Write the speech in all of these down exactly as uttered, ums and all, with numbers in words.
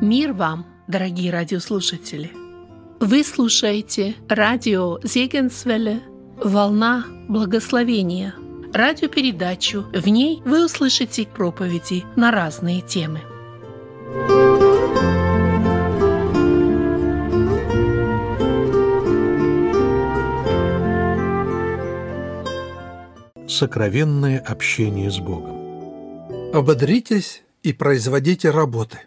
Мир вам, дорогие радиослушатели! Вы слушаете радио Зегенсвелле «Волна благословения», радиопередачу. В ней вы услышите проповеди на разные темы. Сокровенное общение с Богом. «Ободритесь и производите работы.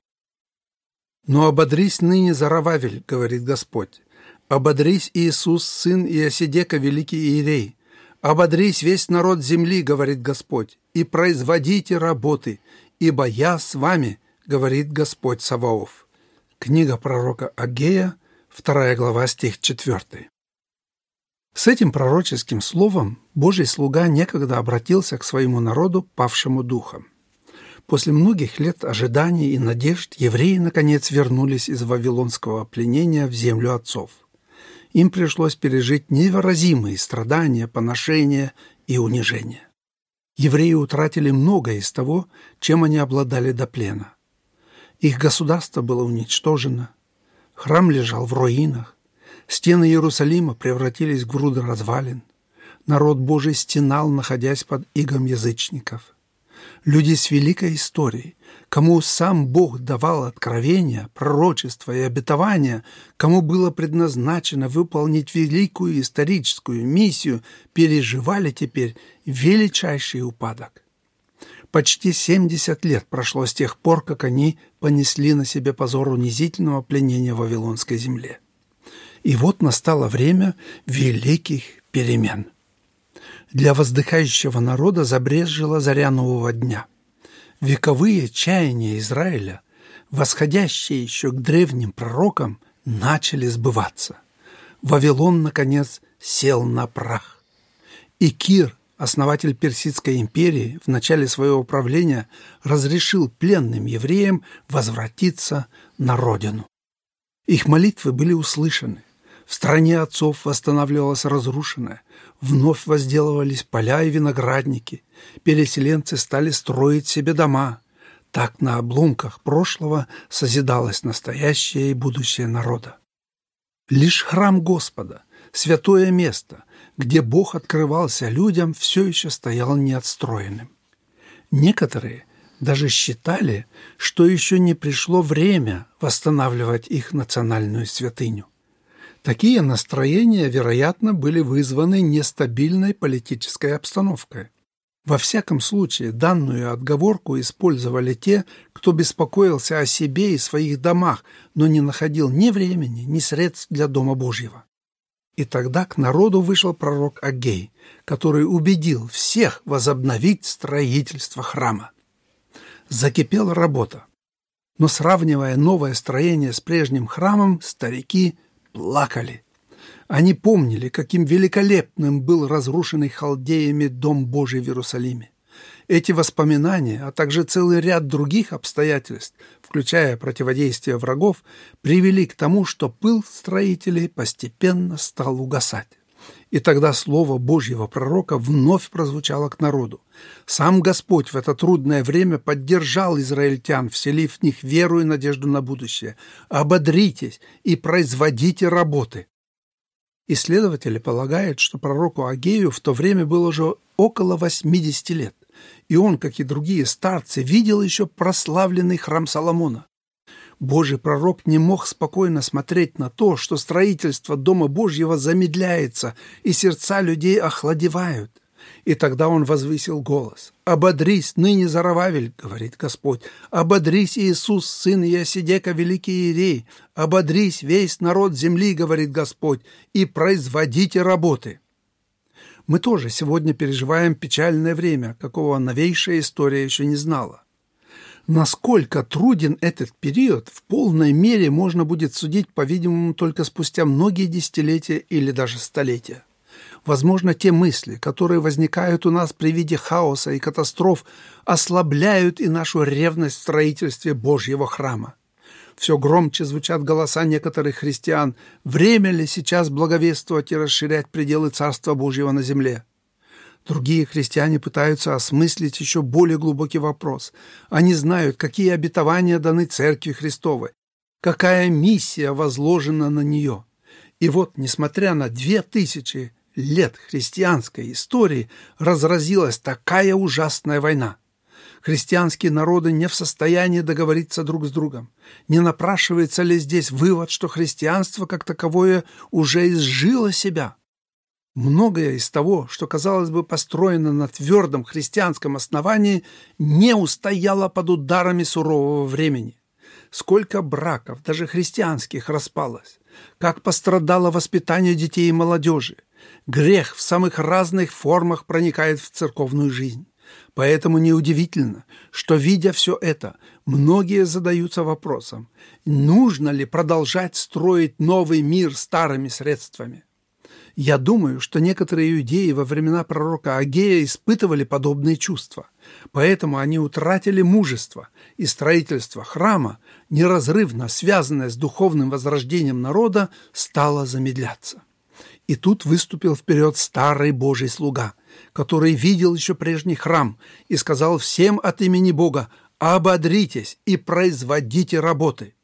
Но ободрись ныне, Зарававель, говорит Господь. Ободрись, Иисус, сын Иосидека, великий иерей. Ободрись весь народ земли, говорит Господь, и производите работы, ибо я с вами, говорит Господь Саваоф». Книга пророка Аггея, вторая глава, стих четвёртый. С этим пророческим словом Божий слуга некогда обратился к своему народу, павшему духом. После многих лет ожиданий и надежд евреи, наконец, вернулись из вавилонского пленения в землю отцов. Им пришлось пережить невыразимые страдания, поношения и унижения. Евреи утратили многое из того, чем они обладали до плена. Их государство было уничтожено, храм лежал в руинах, стены Иерусалима превратились в груды развалин, народ Божий стенал, находясь под игом язычников. Люди с великой историей, кому сам Бог давал откровения, пророчества и обетования, кому было предназначено выполнить великую историческую миссию, переживали теперь величайший упадок. Почти семьдесят лет прошло с тех пор, как они понесли на себе позор унизительного пленения в Вавилонской земле. И вот настало время великих перемен. Для воздыхающего народа забрезжила заря нового дня. Вековые чаяния Израиля, восходящие еще к древним пророкам, начали сбываться. Вавилон, наконец, сел на прах. И Кир, основатель Персидской империи, в начале своего правления разрешил пленным евреям возвратиться на родину. Их молитвы были услышаны. В стране отцов восстанавливалось разрушенное, вновь возделывались поля и виноградники, переселенцы стали строить себе дома. Так на обломках прошлого созидалось настоящее и будущее народа. Лишь храм Господа, святое место, где Бог открывался людям, все еще стоял неотстроенным. Некоторые даже считали, что еще не пришло время восстанавливать их национальную святыню. Такие настроения, вероятно, были вызваны нестабильной политической обстановкой. Во всяком случае, данную отговорку использовали те, кто беспокоился о себе и своих домах, но не находил ни времени, ни средств для Дома Божьего. И тогда к народу вышел пророк Аггей, который убедил всех возобновить строительство храма. Закипела работа. Но, сравнивая новое строение с прежним храмом, старики плакали. Они помнили, каким великолепным был разрушенный халдеями Дом Божий в Иерусалиме. Эти воспоминания, а также целый ряд других обстоятельств, включая противодействие врагов, привели к тому, что пыл строителей постепенно стал угасать. И тогда слово Божьего пророка вновь прозвучало к народу. Сам Господь в это трудное время поддержал израильтян, вселив в них веру и надежду на будущее. «Ободритесь и производите работы». Исследователи полагают, что пророку Аггею в то время было уже около восьмидесяти лет, и он, как и другие старцы, видел еще прославленный храм Соломона. Божий пророк не мог спокойно смотреть на то, что строительство Дома Божьего замедляется, и сердца людей охладевают. И тогда он возвысил голос. «Ободрись ныне, Зарававель, — говорит Господь, — ободрись, Иисус, сын Иосидека, великий иерей, ободрись весь народ земли, — говорит Господь, — и производите работы». Мы тоже сегодня переживаем печальное время, какого новейшая история еще не знала. Насколько труден этот период, в полной мере можно будет судить, по-видимому, только спустя многие десятилетия или даже столетия. Возможно, те мысли, которые возникают у нас при виде хаоса и катастроф, ослабляют и нашу ревность в строительстве Божьего храма. Все громче звучат голоса некоторых христиан. Время ли сейчас благовествовать и расширять пределы Царства Божьего на земле? Другие христиане пытаются осмыслить еще более глубокий вопрос. Они знают, какие обетования даны Церкви Христовой, какая миссия возложена на нее. И вот, несмотря на две тысячи лет христианской истории, разразилась такая ужасная война. Христианские народы не в состоянии договориться друг с другом. Не напрашивается ли здесь вывод, что христианство как таковое уже изжило себя? Многое из того, что, казалось бы, построено на твердом христианском основании, не устояло под ударами сурового времени. Сколько браков, даже христианских, распалось. Как пострадало воспитание детей и молодежи. Грех в самых разных формах проникает в церковную жизнь. Поэтому неудивительно, что, видя все это, многие задаются вопросом, нужно ли продолжать строить новый мир старыми средствами. Я думаю, что некоторые иудеи во времена пророка Агея испытывали подобные чувства, поэтому они утратили мужество, и строительство храма, неразрывно связанное с духовным возрождением народа, стало замедляться. И тут выступил вперед старый Божий слуга, который видел еще прежний храм и сказал всем от имени Бога: «Ободритесь и производите работы».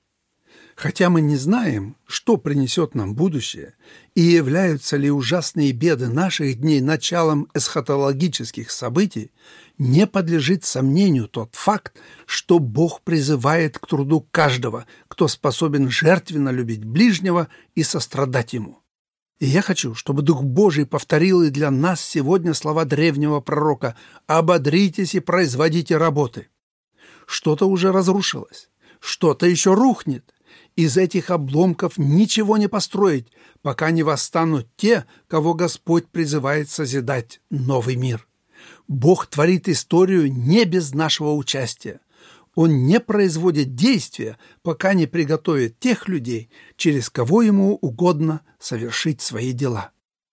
Хотя мы не знаем, что принесет нам будущее, и являются ли ужасные беды наших дней началом эсхатологических событий, не подлежит сомнению тот факт, что Бог призывает к труду каждого, кто способен жертвенно любить ближнего и сострадать ему. И я хочу, чтобы Дух Божий повторил и для нас сегодня слова древнего пророка: «Ободритесь и производите работы». Что-то уже разрушилось, что-то еще рухнет. Из этих обломков ничего не построить, пока не восстанут те, кого Господь призывает созидать новый мир. Бог творит историю не без нашего участия. Он не производит действия, пока не приготовит тех людей, через кого ему угодно совершить свои дела.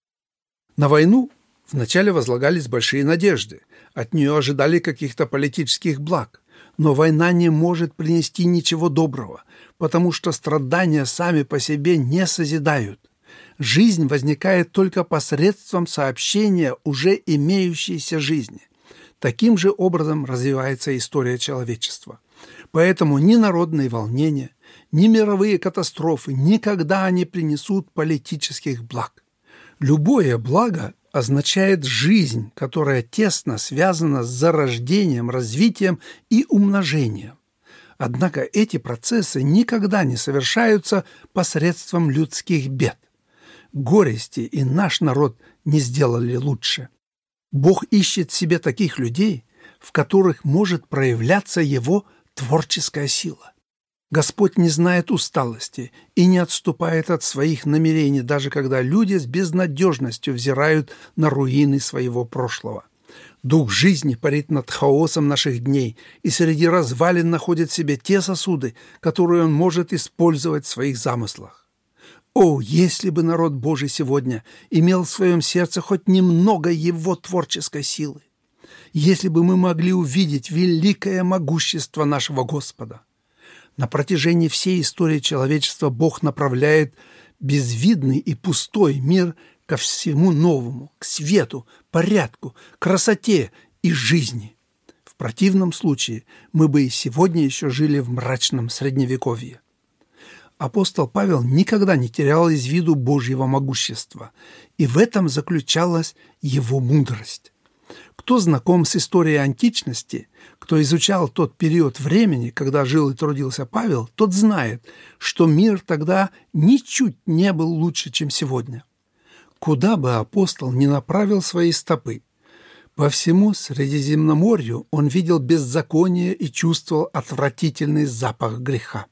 На войну вначале возлагались большие надежды, от нее ожидали каких-то политических благ. Но война не может принести ничего доброго, потому что страдания сами по себе не созидают. Жизнь возникает только посредством сообщения уже имеющейся жизни. Таким же образом развивается история человечества. Поэтому ни народные волнения, ни мировые катастрофы никогда не принесут политических благ. Любое благо означает жизнь, которая тесно связана с зарождением, развитием и умножением. Однако эти процессы никогда не совершаются посредством людских бед. Горести и наш народ не сделали лучше. Бог ищет себе таких людей, в которых может проявляться Его творческая сила. Господь не знает усталости и не отступает от своих намерений, даже когда люди с безнадежностью взирают на руины своего прошлого. Дух жизни парит над хаосом наших дней, и среди развалин находит себе те сосуды, которые Он может использовать в своих замыслах. О, если бы народ Божий сегодня имел в своем сердце хоть немного Его творческой силы! Если бы мы могли увидеть великое могущество нашего Господа! На протяжении всей истории человечества Бог направляет безвидный и пустой мир ко всему новому, к свету, порядку, красоте и жизни. В противном случае мы бы и сегодня еще жили в мрачном Средневековье. Апостол Павел никогда не терял из виду Божьего могущества, и в этом заключалась его мудрость. Кто знаком с историей античности, кто изучал тот период времени, когда жил и трудился Павел, тот знает, что мир тогда ничуть не был лучше, чем сегодня. Куда бы апостол ни направил свои стопы, по всему Средиземноморью он видел беззаконие и чувствовал отвратительный запах греха.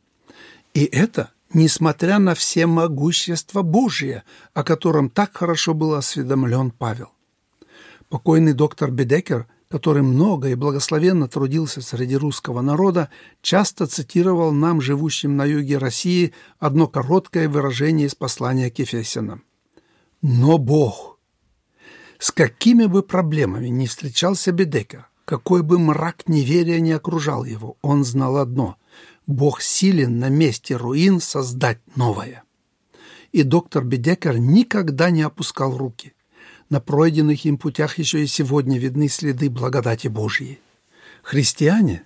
И это несмотря на все могущество Божие, о котором так хорошо был осведомлен Павел. Покойный доктор Бедекер, который много и благословенно трудился среди русского народа, часто цитировал нам, живущим на юге России, одно короткое выражение из послания к Ефесянам. «Но Бог». С какими бы проблемами ни встречался Бедекер, какой бы мрак неверия ни окружал его, он знал одно – Бог силен на месте руин создать новое. И доктор Бедекер никогда не опускал руки. На пройденных им путях еще и сегодня видны следы благодати Божьей. Христиане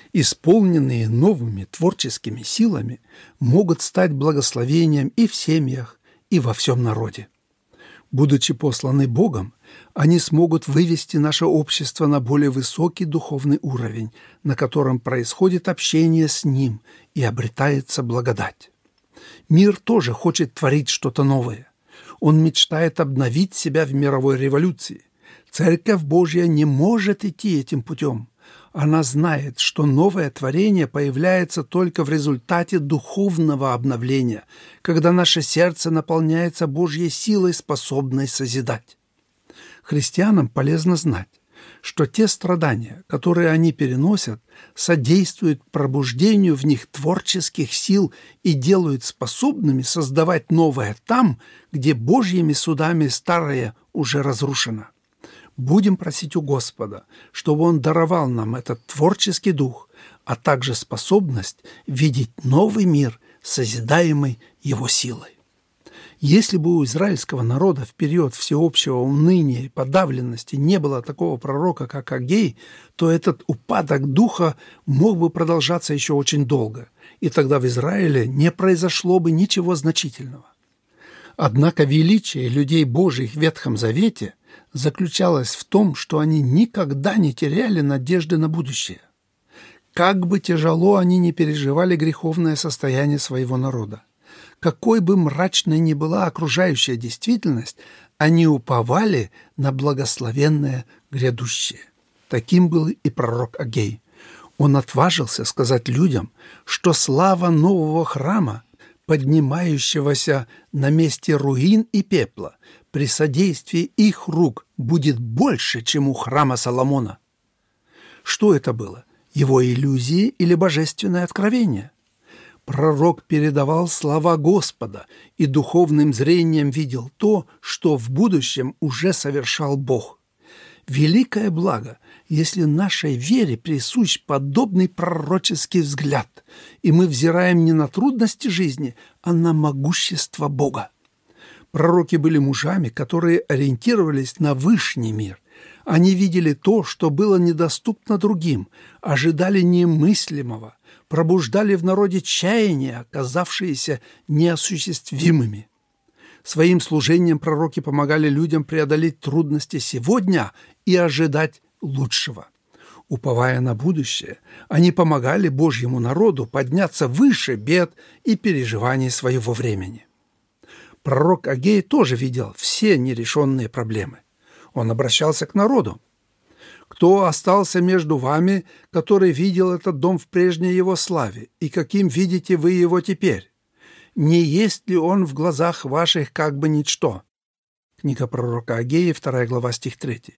исполненные новыми творческими силами, могут стать благословением и в семьях, и во всем народе. Будучи посланы Богом, они смогут вывести наше общество на более высокий духовный уровень, на котором происходит общение с Ним и обретается благодать. Мир тоже хочет творить что-то новое. Он мечтает обновить себя в мировой революции. Церковь Божья не может идти этим путем. Она знает, что новое творение появляется только в результате духовного обновления, когда наше сердце наполняется Божьей силой, способной созидать. Христианам полезно знать, что те страдания, которые они переносят, содействуют пробуждению в них творческих сил и делают способными создавать новое там, где Божьими судами старое уже разрушено. Будем просить у Господа, чтобы Он даровал нам этот творческий дух, а также способность видеть новый мир, созидаемый Его силой. Если бы у израильского народа в период всеобщего уныния и подавленности не было такого пророка, как Агей, то этот упадок духа мог бы продолжаться еще очень долго, и тогда в Израиле не произошло бы ничего значительного. Однако величие людей Божьих в Ветхом Завете заключалось в том, что они никогда не теряли надежды на будущее. Как бы тяжело они ни переживали греховное состояние своего народа, какой бы мрачной ни была окружающая действительность, они уповали на благословенное грядущее. Таким был и пророк Агей. Он отважился сказать людям, что слава нового храма, поднимающегося на месте руин и пепла, при содействии их рук будет больше, чем у храма Соломона. Что это было? Его иллюзии или божественное откровение? Пророк передавал слова Господа и духовным зрением видел то, что в будущем уже совершал Бог. Великое благо, если нашей вере присущ подобный пророческий взгляд, и мы взираем не на трудности жизни, а на могущество Бога. Пророки были мужами, которые ориентировались на вышний мир. Они видели то, что было недоступно другим, ожидали немыслимого, пробуждали в народе чаяния, оказавшиеся неосуществимыми. Своим служением пророки помогали людям преодолеть трудности сегодня и ожидать лучшего. Уповая на будущее, они помогали Божьему народу подняться выше бед и переживаний своего времени. Пророк Агей тоже видел все нерешенные проблемы. Он обращался к народу. «Кто остался между вами, который видел этот дом в прежней его славе, и каким видите вы его теперь? Не есть ли он в глазах ваших как бы ничто?» Книга пророка Агея, вторая глава, стих третий.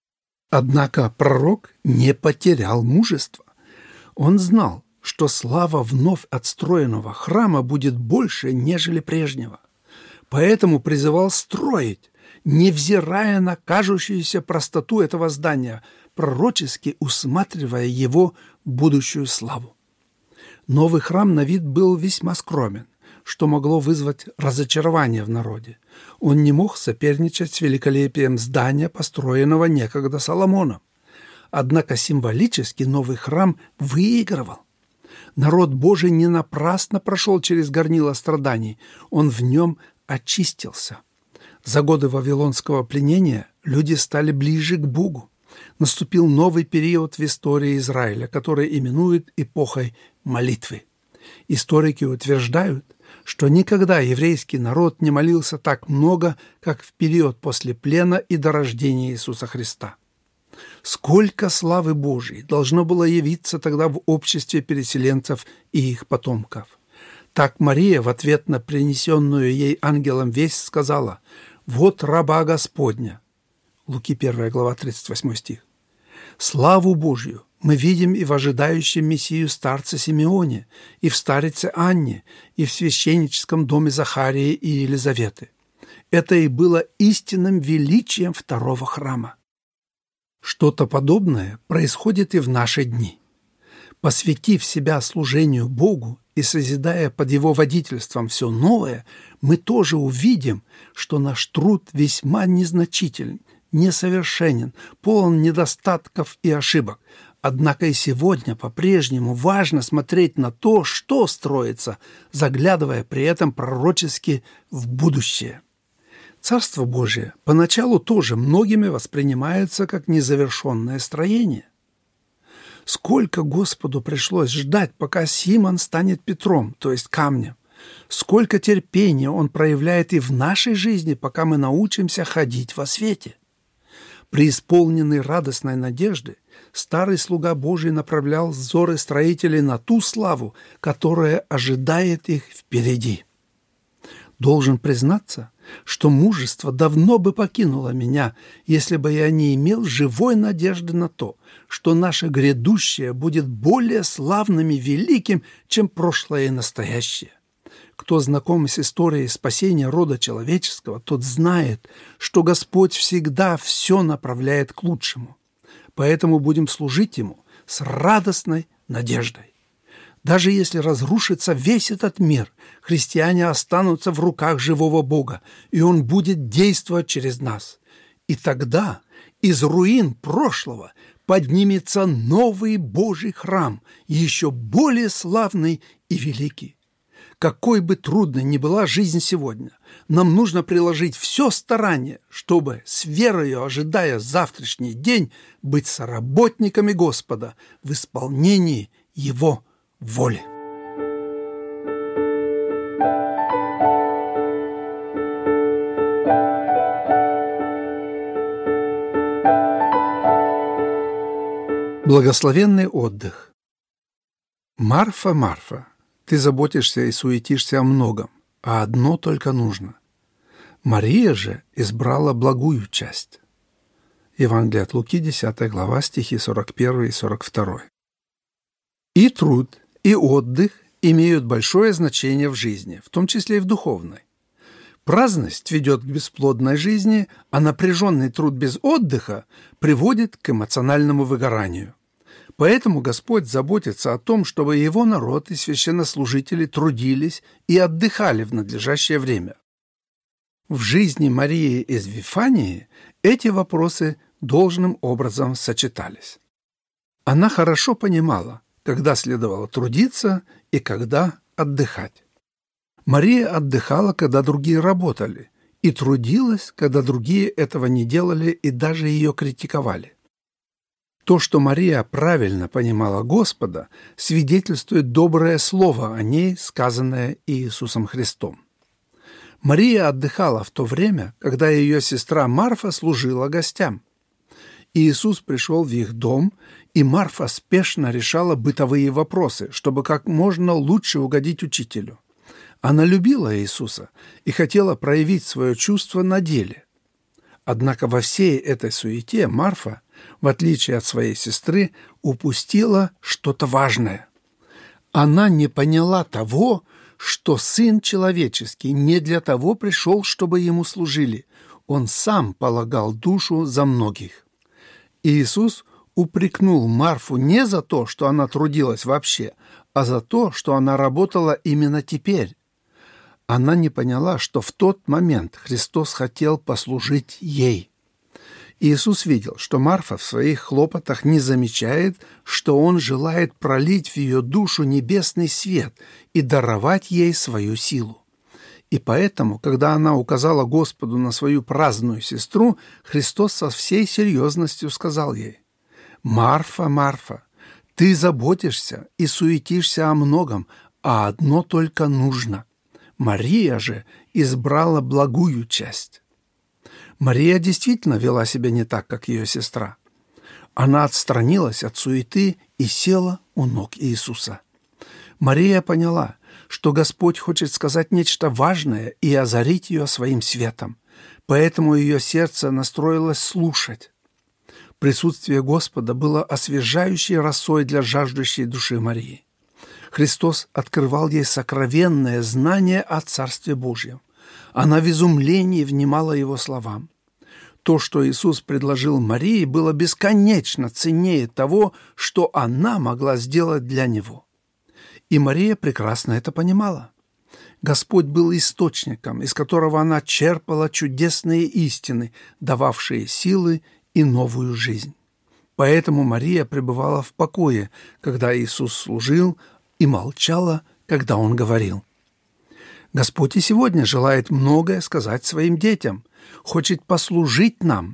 Однако пророк не потерял мужества. Он знал, что слава вновь отстроенного храма будет больше, нежели прежнего. Поэтому призывал строить, невзирая на кажущуюся простоту этого здания, пророчески усматривая его будущую славу. Новый храм на вид был весьма скромен, что могло вызвать разочарование в народе. Он не мог соперничать с великолепием здания, построенного некогда Соломоном. Однако символически новый храм выигрывал. Народ Божий не напрасно прошел через горнило страданий, он в нем очистился. За годы вавилонского пленения люди стали ближе к Богу. Наступил новый период в истории Израиля, который именуют эпохой молитвы. Историки утверждают, что никогда еврейский народ не молился так много, как в период после плена и до рождения Иисуса Христа. Сколько славы Божией должно было явиться тогда в обществе переселенцев и их потомков. Так Мария в ответ на принесенную ей ангелом весть сказала: «Вот раба Господня». Луки первая глава, тридцать восьмой стих. Славу Божью мы видим и в ожидающем Мессию старце Симеоне, и в старице Анне, и в священническом доме Захарии и Елизаветы. Это и было истинным величием второго храма. Что-то подобное происходит и в наши дни. Посвятив себя служению Богу и созидая под Его водительством все новое, мы тоже увидим, что наш труд весьма незначителен, несовершенен, полон недостатков и ошибок. Однако и сегодня по-прежнему важно смотреть на то, что строится, заглядывая при этом пророчески в будущее. Царство Божие поначалу тоже многими воспринимается как незавершенное строение. Сколько Господу пришлось ждать, пока Симон станет Петром, то есть камнем. Сколько терпения Он проявляет и в нашей жизни, пока мы научимся ходить во свете. Преисполненный радостной надежды, старый слуга Божий направлял взоры строителей на ту славу, которая ожидает их впереди. Должен признаться, что мужество давно бы покинуло меня, если бы я не имел живой надежды на то, что наше грядущее будет более славным и великим, чем прошлое и настоящее. Кто знаком с историей спасения рода человеческого, тот знает, что Господь всегда все направляет к лучшему. Поэтому будем служить Ему с радостной надеждой. Даже если разрушится весь этот мир, христиане останутся в руках живого Бога, и Он будет действовать через нас. И тогда из руин прошлого поднимется новый Божий храм, еще более славный и великий. Какой бы трудной ни была жизнь сегодня, нам нужно приложить все старание, чтобы, с верою ожидая завтрашний день, быть соработниками Господа в исполнении Его воли. Благословенный отдых. Марфа, Марфа, ты заботишься и суетишься о многом, а одно только нужно. Мария же избрала благую часть. Евангелие от Луки, десятая глава, стихи сорок первый и сорок второй. И труд, и отдых имеют большое значение в жизни, в том числе и в духовной. Праздность ведет к бесплодной жизни, а напряженный труд без отдыха приводит к эмоциональному выгоранию. Поэтому Господь заботится о том, чтобы Его народ и священнослужители трудились и отдыхали в надлежащее время. В жизни Марии из Вифании эти вопросы должным образом сочетались. Она хорошо понимала, когда следовало трудиться и когда отдыхать. Мария отдыхала, когда другие работали, и трудилась, когда другие этого не делали и даже ее критиковали. То, что Мария правильно понимала Господа, свидетельствует доброе слово о ней, сказанное Иисусом Христом. Мария отдыхала в то время, когда ее сестра Марфа служила гостям. Иисус пришел в их дом, и Марфа спешно решала бытовые вопросы, чтобы как можно лучше угодить учителю. Она любила Иисуса и хотела проявить свое чувство на деле. Однако во всей этой суете Марфа, в отличие от своей сестры, упустила что-то важное. Она не поняла того, что Сын Человеческий не для того пришел, чтобы Ему служили. Он сам полагал душу за многих. Иисус упрекнул Марфу не за то, что она трудилась вообще, а за то, что она работала именно теперь. Она не поняла, что в тот момент Христос хотел послужить ей. Иисус видел, что Марфа в своих хлопотах не замечает, что Он желает пролить в ее душу небесный свет и даровать ей свою силу. И поэтому, когда она указала Господу на свою праздную сестру, Христос со всей серьезностью сказал ей: «Марфа, Марфа, ты заботишься и суетишься о многом, а одно только нужно. Мария же избрала благую часть». Мария действительно вела себя не так, как ее сестра. Она отстранилась от суеты и села у ног Иисуса. Мария поняла, что Господь хочет сказать нечто важное и озарить ее своим светом, поэтому ее сердце настроилось слушать. Присутствие Господа было освежающей росой для жаждущей души Марии. Христос открывал ей сокровенное знание о Царстве Божьем. Она в изумлении внимала Его словам. То, что Иисус предложил Марии, было бесконечно ценнее того, что она могла сделать для Него. И Мария прекрасно это понимала. Господь был источником, из которого она черпала чудесные истины, дававшие силы и новую жизнь. Поэтому Мария пребывала в покое, когда Иисус служил, и молчала, когда Он говорил. Господь и сегодня желает многое сказать своим детям, хочет послужить нам.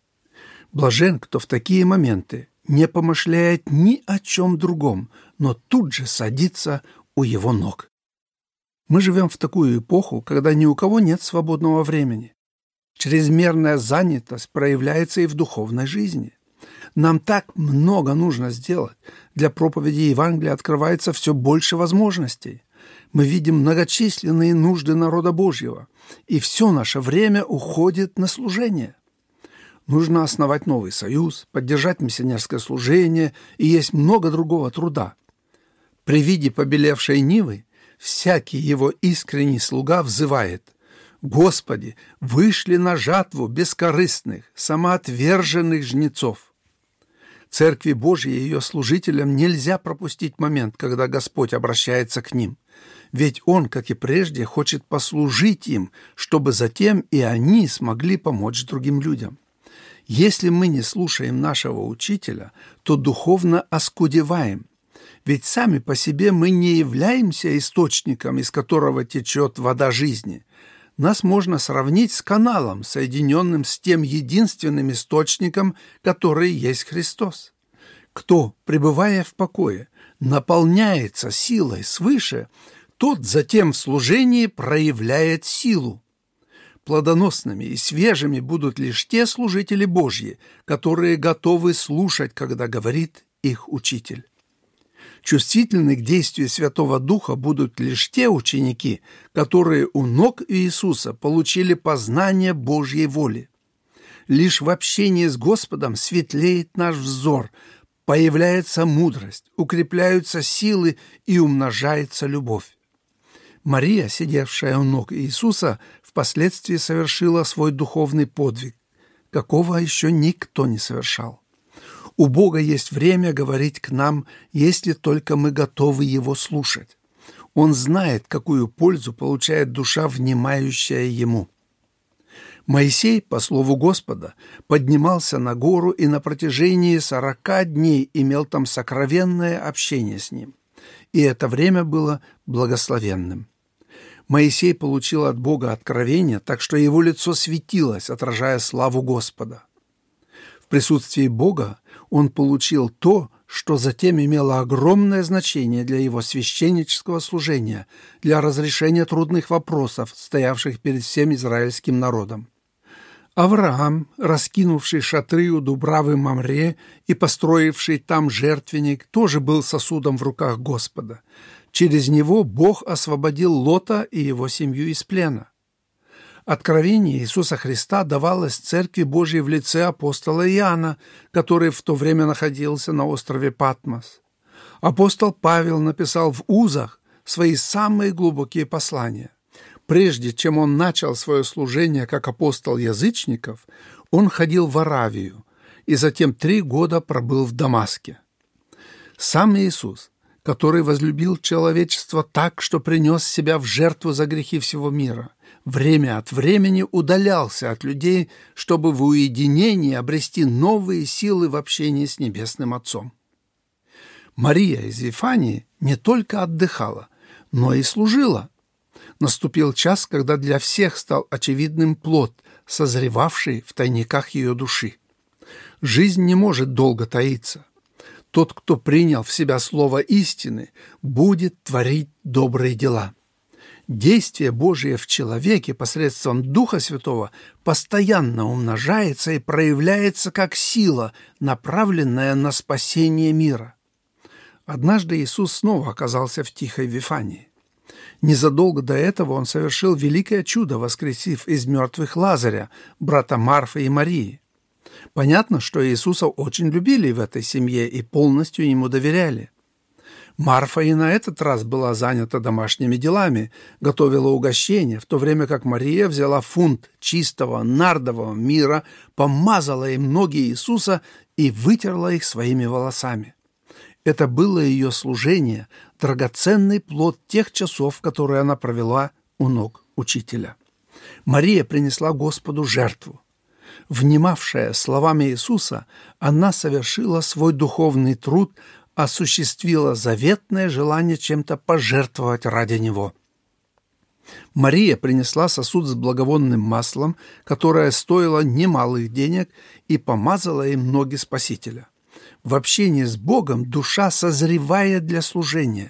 Блажен, кто в такие моменты не помышляет ни о чем другом, но тут же садится у Его ног. Мы живем в такую эпоху, когда ни у кого нет свободного времени. Чрезмерная занятость проявляется и в духовной жизни. Нам так много нужно сделать. Для проповеди Евангелия открывается все больше возможностей. Мы видим многочисленные нужды народа Божьего, и все наше время уходит на служение. Нужно основать новый союз, поддержать миссионерское служение, и есть много другого труда. При виде побелевшей нивы всякий его искренний слуга взывает: «Господи, вышли на жатву бескорыстных, самоотверженных жнецов». Церкви Божьей и ее служителям нельзя пропустить момент, когда Господь обращается к ним. Ведь Он, как и прежде, хочет послужить им, чтобы затем и они смогли помочь другим людям. Если мы не слушаем нашего учителя, то духовно оскудеваем. Ведь сами по себе мы не являемся источником, из которого течет вода жизни. Нас можно сравнить с каналом, соединенным с тем единственным источником, который есть Христос. Кто, пребывая в покое, наполняется силой свыше, тот затем в служении проявляет силу. Плодоносными и свежими будут лишь те служители Божьи, которые готовы слушать, когда говорит их учитель. Чувствительны к действию Святого Духа будут лишь те ученики, которые у ног Иисуса получили познание Божьей воли. Лишь в общении с Господом светлеет наш взор, появляется мудрость, укрепляются силы и умножается любовь. Мария, сидевшая у ног Иисуса, впоследствии совершила свой духовный подвиг, какого еще никто не совершал. У Бога есть время говорить к нам, если только мы готовы Его слушать. Он знает, какую пользу получает душа, внимающая Ему. Моисей, по слову Господа, поднимался на гору и на протяжении сорока дней имел там сокровенное общение с Ним. И это время было благословенным. Моисей получил от Бога откровение, так что его лицо светилось, отражая славу Господа. В присутствии Бога он получил то, что затем имело огромное значение для его священнического служения, для разрешения трудных вопросов, стоявших перед всем израильским народом. Авраам, раскинувший шатры у Дубравы Мамре и построивший там жертвенник, тоже был сосудом в руках Господа. Через него Бог освободил Лота и его семью из плена. Откровение Иисуса Христа давалось Церкви Божьей в лице апостола Иоанна, который в то время находился на острове Патмос. Апостол Павел написал в узах свои самые глубокие послания. Прежде чем он начал свое служение как апостол язычников, он ходил в Аравию и затем три года пробыл в Дамаске. Сам Иисус, который возлюбил человечество так, что принес себя в жертву за грехи всего мира, время от времени удалялся от людей, чтобы в уединении обрести новые силы в общении с Небесным Отцом. Мария из Вифании не только отдыхала, но и служила. Наступил час, когда для всех стал очевидным плод, созревавший в тайниках ее души. Жизнь не может долго таиться. Тот, кто принял в себя слово истины, будет творить добрые дела. Действие Божие в человеке посредством Духа Святого постоянно умножается и проявляется как сила, направленная на спасение мира. Однажды Иисус снова оказался в тихой Вифании. Незадолго до этого Он совершил великое чудо, воскресив из мертвых Лазаря, брата Марфы и Марии. Понятно, что Иисуса очень любили в этой семье и полностью Ему доверяли. Марфа и на этот раз была занята домашними делами, готовила угощение, в то время как Мария взяла фунт чистого нардового мира, помазала им ноги Иисуса и вытерла их своими волосами. Это было ее служение, драгоценный плод тех часов, которые она провела у ног учителя. Мария принесла Господу жертву. Внимавшая словами Иисуса, она совершила свой духовный труд, осуществила заветное желание чем-то пожертвовать ради Него. Мария принесла сосуд с благовонным маслом, которое стоило немалых денег, и помазала им ноги Спасителя. В общении с Богом душа созревает для служения.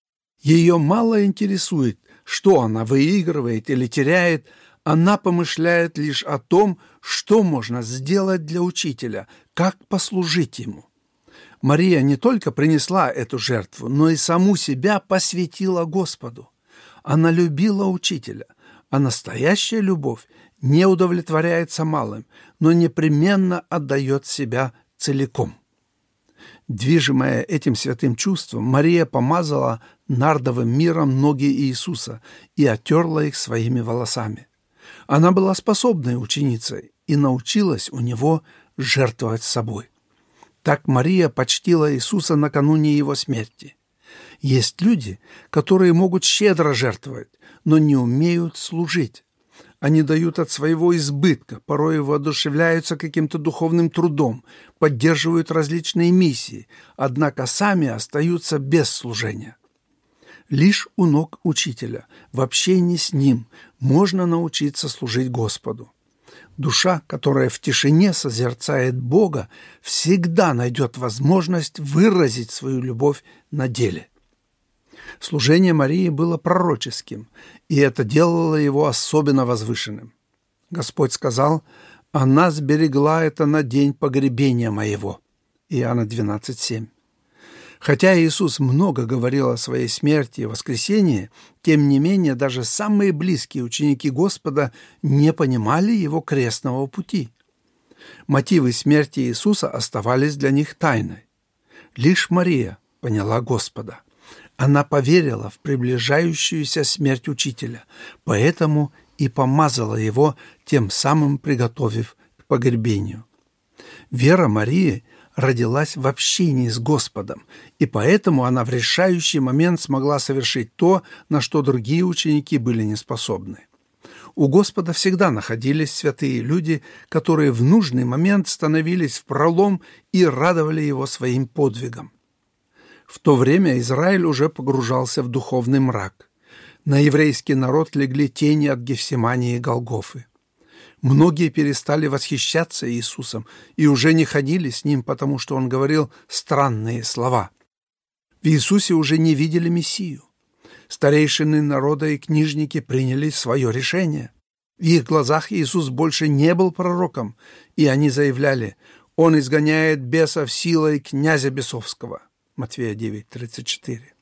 Ее мало интересует, что она выигрывает или теряет, она помышляет лишь о том, что можно сделать для учителя, как послужить ему. Мария не только принесла эту жертву, но и саму себя посвятила Господу. Она любила учителя, а настоящая любовь не удовлетворяется малым, но непременно отдает себя целиком. Движимая этим святым чувством, Мария помазала нардовым миром ноги Иисуса и оттерла их своими волосами. Она была способной ученицей и научилась у Него жертвовать собой. Так Мария почтила Иисуса накануне Его смерти. Есть люди, которые могут щедро жертвовать, но не умеют служить. Они дают от своего избытка, порой воодушевляются каким-то духовным трудом, поддерживают различные миссии, однако сами остаются без служения. Лишь у ног учителя, в общении с ним, можно научиться служить Господу. Душа, которая в тишине созерцает Бога, всегда найдет возможность выразить свою любовь на деле. Служение Марии было пророческим, и это делало его особенно возвышенным. Господь сказал: «Она сберегла это на день погребения моего». Иоанна двенадцать семь. Хотя Иисус много говорил о своей смерти и воскресении, тем не менее даже самые близкие ученики Господа не понимали Его крестного пути. Мотивы смерти Иисуса оставались для них тайной. Лишь Мария поняла Господа. Она поверила в приближающуюся смерть Учителя, поэтому и помазала Его, тем самым приготовив к погребению. Вера Марии родилась в общении с Господом, и поэтому она в решающий момент смогла совершить то, на что другие ученики были неспособны. У Господа всегда находились святые люди, которые в нужный момент становились в пролом и радовали Его своим подвигом. В то время Израиль уже погружался в духовный мрак. На еврейский народ легли тени от Гефсимании и Голгофы. Многие перестали восхищаться Иисусом и уже не ходили с Ним, потому что Он говорил странные слова. В Иисусе уже не видели Мессию. Старейшины народа и книжники приняли свое решение. В их глазах Иисус больше не был пророком, и они заявляли: «Он изгоняет бесов силой князя бесовского». Матфея девять тридцать четыре.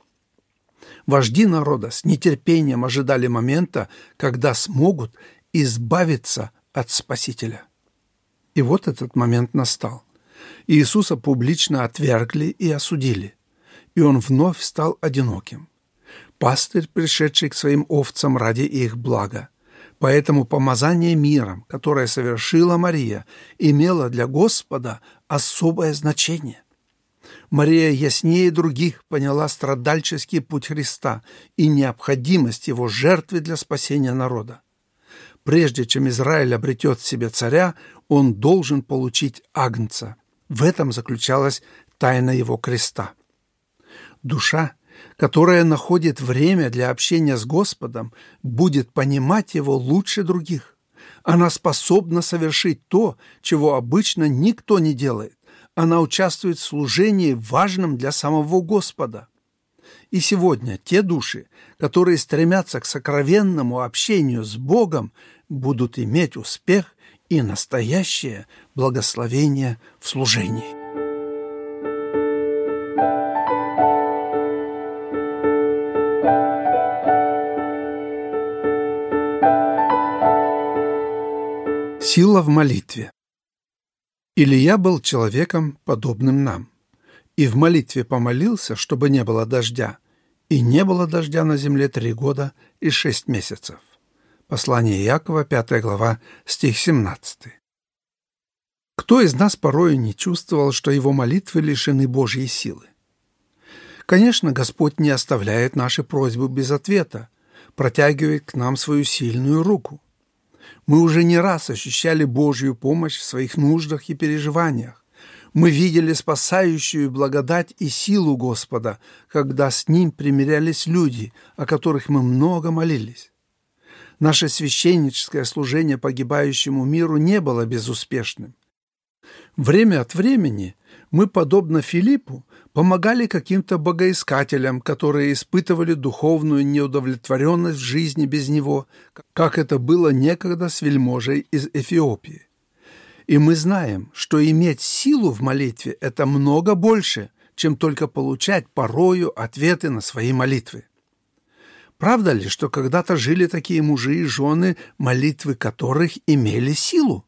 Вожди народа с нетерпением ожидали момента, когда смогут избавиться от Спасителя. И вот этот момент настал. Иисуса публично отвергли и осудили, и Он вновь стал одиноким. Пастырь, пришедший к своим овцам ради их блага. Поэтому помазание миром, которое совершила Мария, имело для Господа особое значение. Мария яснее других поняла страдальческий путь Христа и необходимость Его жертвы для спасения народа. Прежде чем Израиль обретет себе царя, он должен получить агнца. В этом заключалась тайна Его креста. Душа, которая находит время для общения с Господом, будет понимать Его лучше других. Она способна совершить то, чего обычно никто не делает. Она участвует в служении, важном для самого Господа. И сегодня те души, которые стремятся к сокровенному общению с Богом, будут иметь успех и настоящее благословение в служении. Сила в молитве. Илия был человеком, подобным нам, и в молитве помолился, чтобы не было дождя, и не было дождя на земле три года и шесть месяцев. Послание Иакова, пятая глава, стих семнадцатый. Кто из нас порою не чувствовал, что его молитвы лишены Божьей силы? Конечно, Господь не оставляет наши просьбы без ответа, протягивает к нам свою сильную руку. Мы уже не раз ощущали Божью помощь в своих нуждах и переживаниях. Мы видели спасающую благодать и силу Господа, когда с Ним примирялись люди, о которых мы много молились. Наше священническое служение погибающему миру не было безуспешным. Время от времени мы, подобно Филиппу, помогали каким-то богоискателям, которые испытывали духовную неудовлетворенность в жизни без него, как это было некогда с вельможей из Эфиопии. И мы знаем, что иметь силу в молитве – это много больше, чем только получать порою ответы на свои молитвы. Правда ли, что когда-то жили такие мужи и жены, молитвы которых имели силу?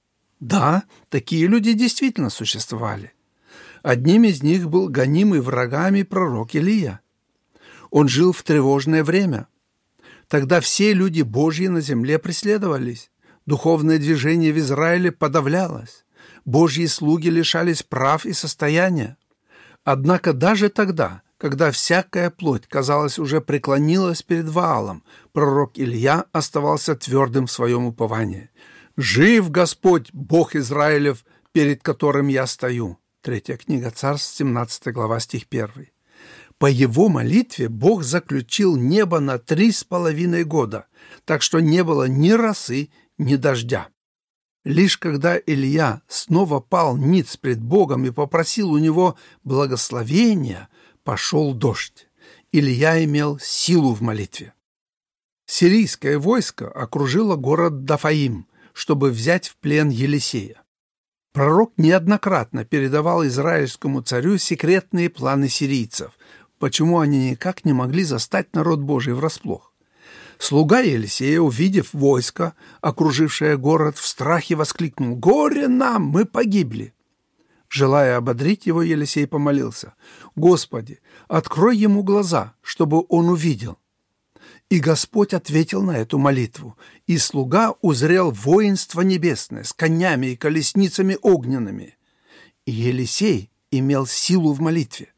Да, такие люди действительно существовали. Одним из них был гонимый врагами пророк Илия. Он жил в тревожное время. Тогда все люди Божьи на земле преследовались. Духовное движение в Израиле подавлялось. Божьи слуги лишались прав и состояния. Однако даже тогда, когда всякая плоть, казалось, уже преклонилась перед Ваалом, пророк Илия оставался твердым в своем уповании. «Жив Господь, Бог Израилев, перед которым я стою». Третья книга Царств, семнадцатая глава, стих первый. По его молитве Бог заключил небо на три с половиной года, так что не было ни росы, ни дождя. Лишь когда Илья снова пал ниц пред Богом и попросил у него благословения, пошел дождь. Илья имел силу в молитве. Сирийское войско окружило город Дафаим, чтобы взять в плен Елисея. Пророк неоднократно передавал израильскому царю секретные планы сирийцев, почему они никак не могли застать народ Божий врасплох. Слуга Елисея, увидев войско, окружившее город, в страхе воскликнул: «Горе нам! Мы погибли!» Желая ободрить его, Елисей помолился: «Господи, открой ему глаза, чтобы он увидел». И Господь ответил на эту молитву, и слуга узрел воинство небесное с конями и колесницами огненными. И Елисей имел силу в молитве.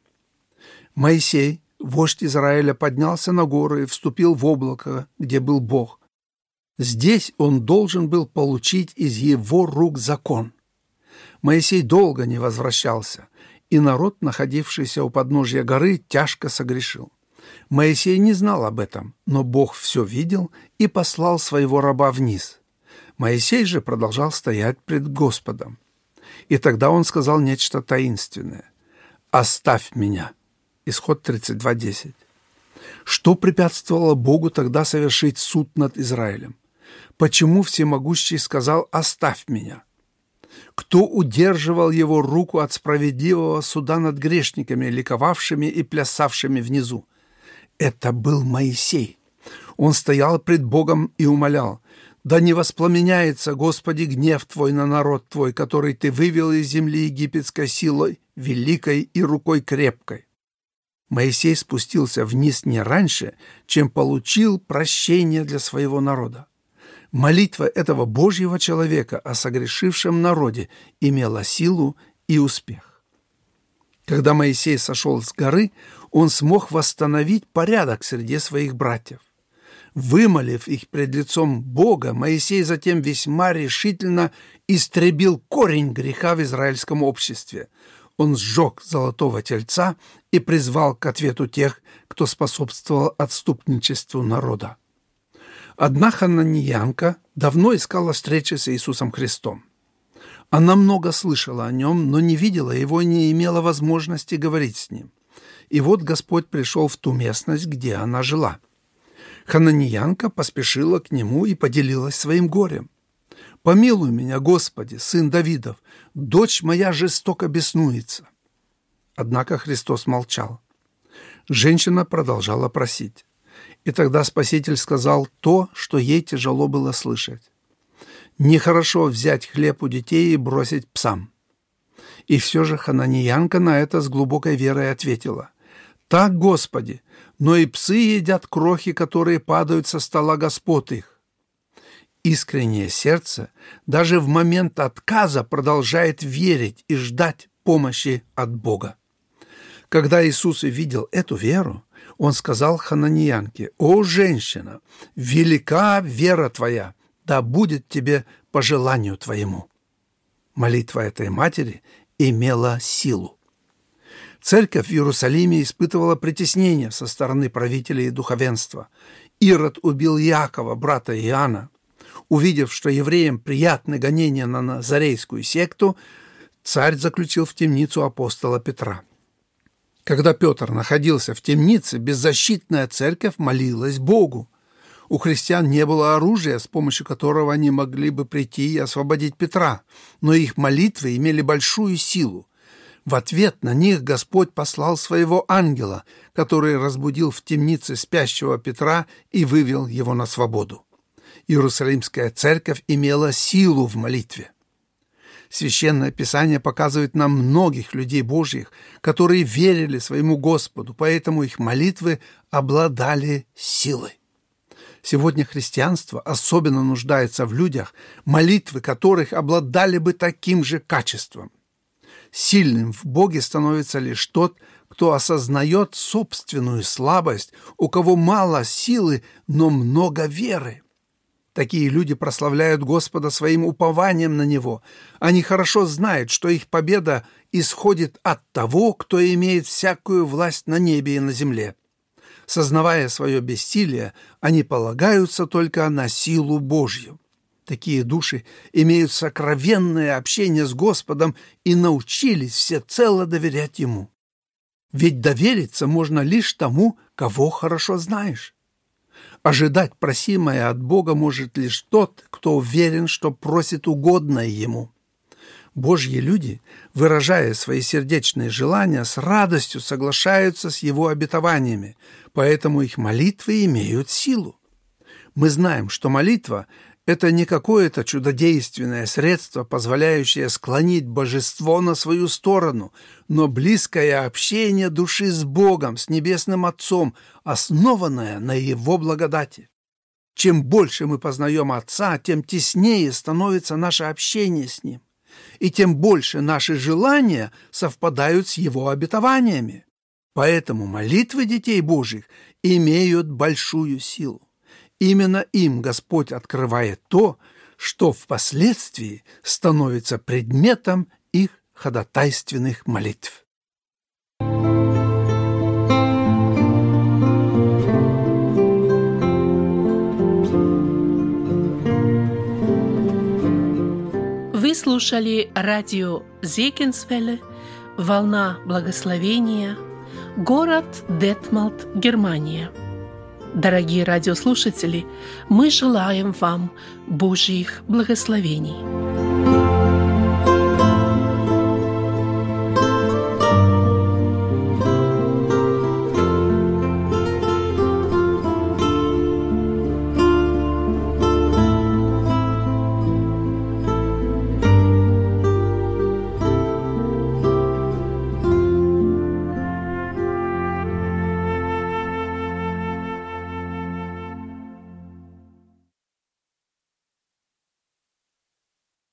Моисей, вождь Израиля, поднялся на гору и вступил в облако, где был Бог. Здесь он должен был получить из его рук закон. Моисей долго не возвращался, и народ, находившийся у подножья горы, тяжко согрешил. Моисей не знал об этом, но Бог все видел и послал своего раба вниз. Моисей же продолжал стоять пред Господом. И тогда он сказал нечто таинственное: «Оставь меня». Исход тридцать два десять. Что препятствовало Богу тогда совершить суд над Израилем? Почему Всемогущий сказал: «Оставь меня»? Кто удерживал его руку от справедливого суда над грешниками, ликовавшими и плясавшими внизу? Это был Моисей. Он стоял пред Богом и умолял: «Да не воспламеняется, Господи, гнев Твой на народ Твой, который Ты вывел из земли египетской силой, великой и рукой крепкой». Моисей спустился вниз не раньше, чем получил прощение для своего народа. Молитва этого Божьего человека о согрешившем народе имела силу и успех. Когда Моисей сошел с горы, он смог восстановить порядок среди своих братьев. Вымолив их пред лицом Бога, Моисей затем весьма решительно истребил корень греха в израильском обществе. Он сжег золотого тельца и призвал к ответу тех, кто способствовал отступничеству народа. Одна хананиянка давно искала встречи с Иисусом Христом. Она много слышала о нем, но не видела его и не имела возможности говорить с ним. И вот Господь пришел в ту местность, где она жила. Хананиянка поспешила к нему и поделилась своим горем. «Помилуй меня, Господи, сын Давидов, дочь моя жестоко беснуется». Однако Христос молчал. Женщина продолжала просить. И тогда Спаситель сказал то, что ей тяжело было слышать: «Нехорошо взять хлеб у детей и бросить псам». И все же хананиянка на это с глубокой верой ответила: «Так, Господи, но и псы едят крохи, которые падают со стола господ их». Искреннее сердце даже в момент отказа продолжает верить и ждать помощи от Бога. Когда Иисус увидел эту веру, Он сказал хананиянке: «О, женщина, велика вера твоя, да будет тебе по желанию твоему». Молитва этой матери имела силу. Церковь в Иерусалиме испытывала притеснение со стороны правителей и духовенства. Ирод убил Иакова, брата Иоанна. Увидев, что евреям приятны гонения на назарейскую секту, царь заключил в темницу апостола Петра. Когда Петр находился в темнице, беззащитная церковь молилась Богу. У христиан не было оружия, с помощью которого они могли бы прийти и освободить Петра, но их молитвы имели большую силу. В ответ на них Господь послал своего ангела, который разбудил в темнице спящего Петра и вывел его на свободу. Иерусалимская церковь имела силу в молитве. Священное Писание показывает нам многих людей Божьих, которые верили своему Господу, поэтому их молитвы обладали силой. Сегодня христианство особенно нуждается в людях, молитвы которых обладали бы таким же качеством. Сильным в Боге становится лишь тот, кто осознает собственную слабость, у кого мало силы, но много веры. Такие люди прославляют Господа своим упованием на Него. Они хорошо знают, что их победа исходит от того, кто имеет всякую власть на небе и на земле. Сознавая свое бессилие, они полагаются только на силу Божью. Такие души имеют сокровенное общение с Господом и научились всецело доверять Ему. Ведь довериться можно лишь тому, кого хорошо знаешь. Ожидать просимое от Бога может лишь тот, кто уверен, что просит угодное Ему. Божьи люди, выражая свои сердечные желания, с радостью соглашаются с Его обетованиями, поэтому их молитвы имеют силу. Мы знаем, что молитва – это не какое-то чудодейственное средство, позволяющее склонить божество на свою сторону, но близкое общение души с Богом, с Небесным Отцом, основанное на Его благодати. Чем больше мы познаем Отца, тем теснее становится наше общение с Ним, и тем больше наши желания совпадают с Его обетованиями. Поэтому молитвы детей Божьих имеют большую силу. Именно им Господь открывает то, что впоследствии становится предметом их ходатайственных молитв. Вы слушали радио Зегенсвелле, «Волна благословения», город Детмалт, Германия. Дорогие радиослушатели, мы желаем вам Божьих благословений.